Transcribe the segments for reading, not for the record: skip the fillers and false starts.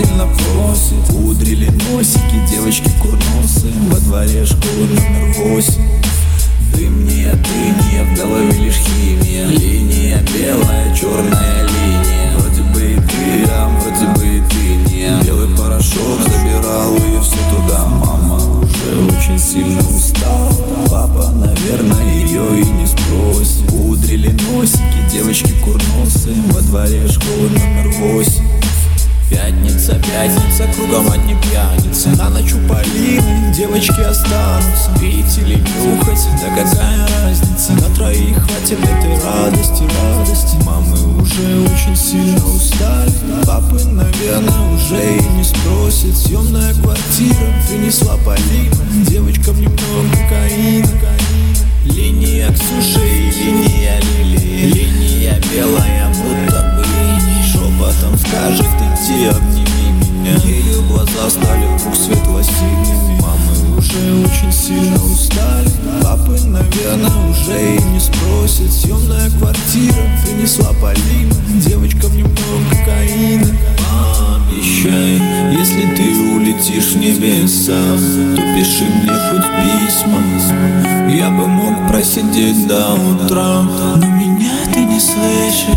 сильно просит. Пудрили носики девочки курносые во дворе школы номер 8. Дым не дыня, в голове лишь химия. Линия белая, черная линия. Вроде бы и ты, а вроде бы и ты не. Белый порошок забирал ее все туда. Мама уже очень сильно устала. Папа, наверное, ее и не спросит. Пудрили носики девочки курносые во дворе школы номер 8. Пятница, пятница, кругом одни пьяницы. На ночь у Полины девочки останутся. Пить или нюхать, да какая разница. На троих хватит этой радости, радости. Мамы уже очень сильно устали. Папы, наверное, уже и не спросят. Съемная квартира принесла Полина девочкам немного кокаина. Линия Ксюши и линия Лили. Линия белая, будто бы шепотом скажет: иди обними меня. Ее глаза стали вдруг светло-синими. Мамы уже очень сильно устали. Папы, наверное, уже и не спросят. Съемная квартира принесла Полина девочкам немного кокаина. Обещай, если ты улетишь в небеса, то пиши мне хоть письма. Я бы мог просидеть до утра, но меня ты не слышишь.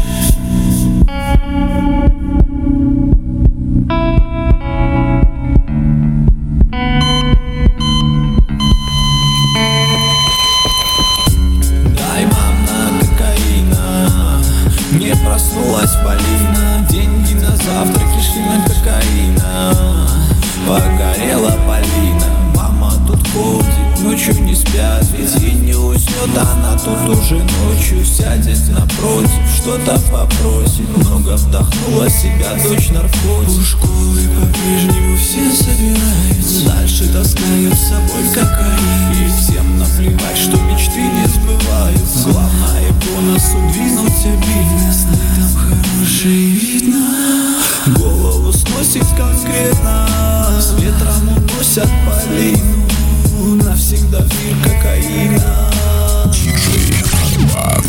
Проснулась Полина, деньги на завтраки шли на кокаина. Погорела Полина, мама тут ходит, ночью не спят, ведь и не уснет. Она тут уже ночью сядет напротив, что-то попросит. Много вдохнула себя дочь наркотик. У школы по-прежнему все собираются, дальше таскают с собой кокаин. И всем наплевать, что мечты не сбываются. Главное по носу двинуть обидно. Там хороший видно. Голову сносит конкретно. С ветром уносят Полину. Навсегда в мир кокаина. Диджей Арбат.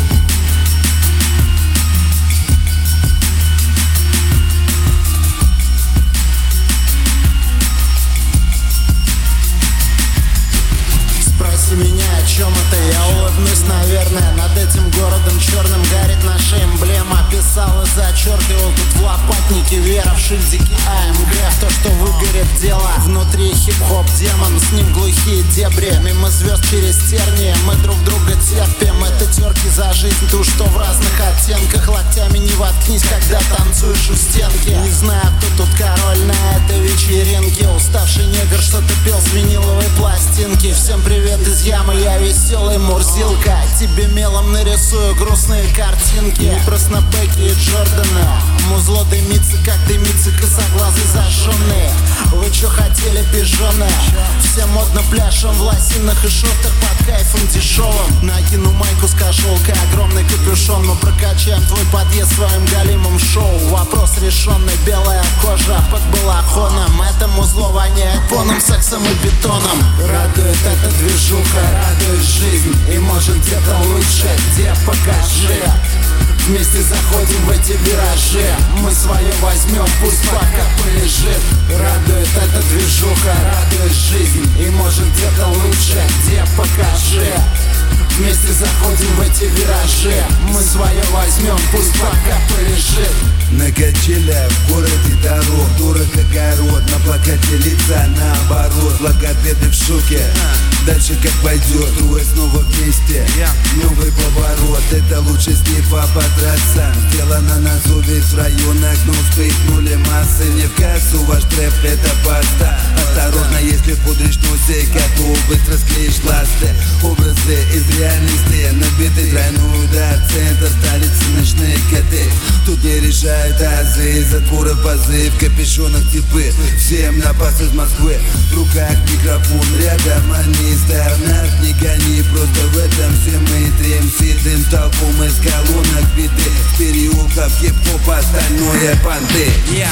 Спроси меня, о чем это, я улыбнусь, наверное. Над этим городом черным горит наша эмблема. Писал и зачеркивал тут в лопатнике вера, в шильдике АМГ. В то, что выгорит дело, внутри хип-хоп демон. С ним глухие дебри, мимо звезд через тернии. Мы друг друга терпим, это терки за жизнь. Ту, что в разных оттенках, локтями не воткнись, когда танцуешь у стенки. Не знаю, кто тут король на этой вечеринке. Уставший негр что-то пел с виниловой пластинки. Всем привет из ямы, я веселый Мурзилка. Тебе мелом нарисую грустные картинки. Не просто Бекки и Джордана. Музло дымится, как дымится косоглазый зажженный. Вы чё хотели, пижоны? Все модно пляшем в лосинах и шортах под кайфом дешевым. Накину майку с кошелкой, огромный капюшон. Мы прокачаем твой подъезд своим галимым шоу. Вопрос решенный, белая кожа под балахоном. Это музло воняет поном, сексом и бетоном. Радует эта движуха, радует жизнь. И может где-то лучше, где покажи. Вместе заходим в эти виражи. Мы свое возьмем, пусть пока полежит. Радует эта движуха, радует жизнь. И может где-то лучше, где покажи. Вместе заходим в эти виражи. Мы свое возьмем, пусть пока полежит. На качелях в городе дорог, дура как огород. На плакате лица наоборот, логопеды в шоке. Дальше как пойдет, трое снова вместе. Новый поворот, это лучше с ней подраться. Сделано на зубе в районах, но вспыхнули массы. Не в кассу, ваш трэп это паста. Осторожно, если пудришь носик, а то быстро склеишь ласты. Образы из реальности набиты, тройной удар, центр столицы, ночные коты. Тут не решают азы, из затвора позы, в капюшонах типы. Всем напас из Москвы, в руках микрофон, рядом они стоят. Не гони, просто в этом все мы трем сидим толпом из колонок биты. В переулках хип-хоп, остальное понты.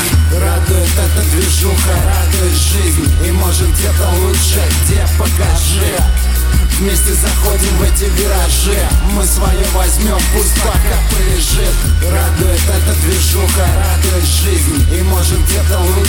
Радует эта движуха, радует жизнь. И может где-то лучше, где покажи. Вместе заходим в эти виражи. Мы свое возьмем, пусть пока полежит. Радует эта движуха, радует жизнь. И может где-то лучше.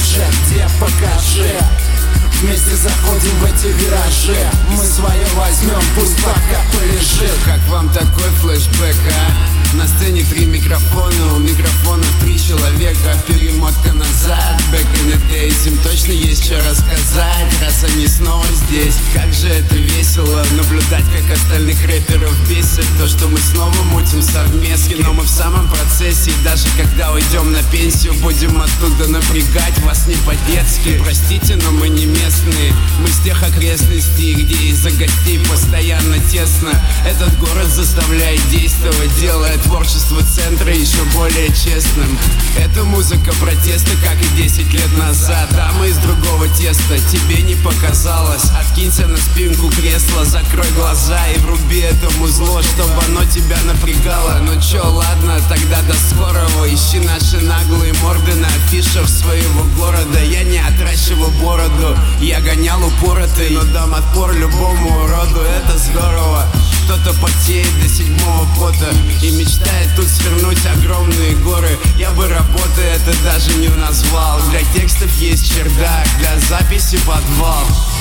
покажи. Вместе заходим в эти виражи. Мы свое возьмем, пусть пока полежит. Как вам такой флешбэк, а? На сцене 3 микрофона, у микрофонов 3 человека. Перемотка назад, back in the days. Им точно есть что рассказать, раз они снова здесь. Как же это весело, наблюдать, как остальных рэперов бесит то, что мы снова мутим совместки. Но мы в самом процессе, и даже когда уйдем на пенсию, будем оттуда напрягать вас не по-детски. Простите, но мы не местные. Мы с тех окрестностей, где из-за гостей постоянно тесно. Этот город заставляет действовать, делая творчество центра еще более честным. Это музыка протеста, как и 10 лет назад. А мы из другого теста, тебе не показалось. Откинься на спинку кресла, закрой глаза и вруби это музло, чтобы оно тебя напрягало. Ну чё, ладно, тогда до скорого. Ищи наши наглые морды на афишах своего города. Я не отращивал бороду, я гонял упоротый, но дам отпор любому уроду, это здорово. Кто-то потеет до 7-го пота и мечтает тут свернуть огромные горы. Я бы работы это даже не назвал. Для текстов есть чердак, для записи подвал.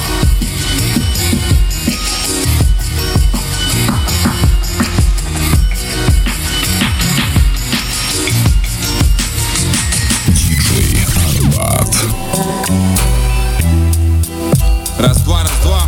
Раз-два, раз-два.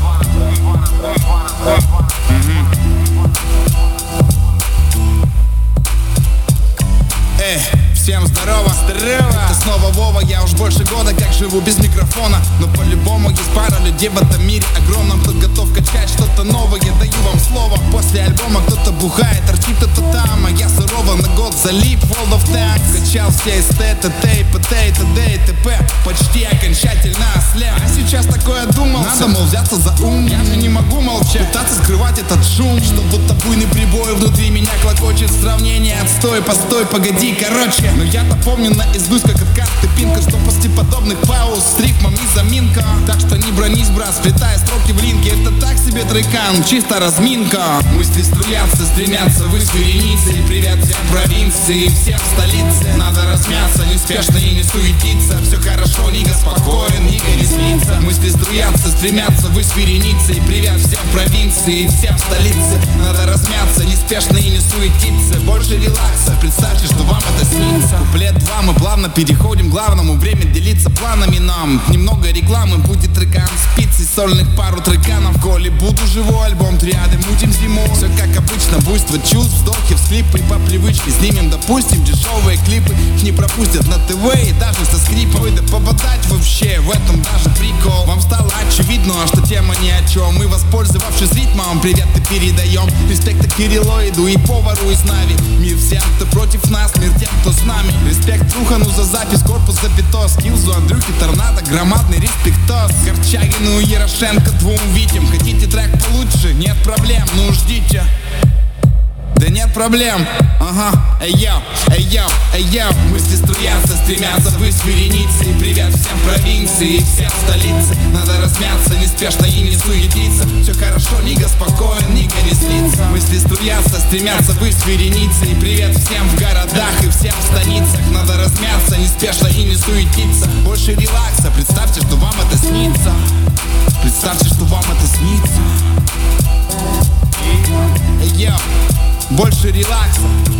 Всем здорово, здорово. Это снова Вова, я уж больше года как живу без микрофона. Но по-любому есть пара людей в этом мире огромном, кто готов качать что-то новое, даю вам слово. После альбома кто-то бухает, торчит кто-то там, а я сурово на год залип World of Tanks. Качал все эстеты, тейпы, т.д. и т.п. Почти окончательно ослеп. А сейчас такое думал, надо, мол, взяться за ум. Я же не могу молчать, пытаться скрывать этот шум, что будто буйный прибой внутри меня клокочет. Сравнение, отстой, постой, погоди, короче. Но я-то помню наизусть, как от карты пинка, что после подобных пауз с рифмом и заминка. Так что не бронись, брат, сплетая строки в линке. Это так себе трекан, чисто разминка. Мысли стремятся ввысь вереницей. Привет всем провинции, всем в столице. Надо размяться, неспешно и не суетиться. Все хорошо, Нига спокоен, Нига не злится. Мысли стремятся ввысь вереницей. Привет всем в провинции, всем в столице. Надо размяться, неспешно и не суетиться. Больше релакса, представьте, что вам это снится. Куплет 2, мы плавно переходим к главному. Время делиться планами нам. Немного рекламы, будет трекан спиц и сольных пару треканов. Коли буду живой, альбом триады мутим зимой. Все как обычно, буйство чувств, вздохи, всклипы. По привычке снимем, допустим, дешевые клипы. Их не пропустят на ТВ и даже со скрипом. Ой, да попадать вообще, в этом даже прикол. Вам стало очевидно, что тема ни о чем. Мы, воспользовавшись ритмом, приветы передаем. Респект Кириллоиду и повару из Нави. Мир всем, кто против нас, мир тем, кто с нами. Респект Трухану за запись, корпус за битос. Скилзу, Андрюхе, Торнадо, громадный респектос. Корчагину и Ярошенко, 2 Витям. Хотите трек получше? Нет проблем, ну ждите. Да нет проблем, ага, эй-йоу, эй-йоу, эй-йоу. Мысли стремятся ввысь вереницей. Привет всем провинции, всем в столице. Надо размяться, неспешно и не суетиться. Все хорошо, Нига спокоен, Нига не злится. Мысли стремятся ввысь вереницей. Привет всем в городах и всем в станицах. Надо размяться, неспешно и не суетиться. Больше релакса, представьте, что вам это снится. Представьте, что вам это снится. Эй-йоу. Больше релакса.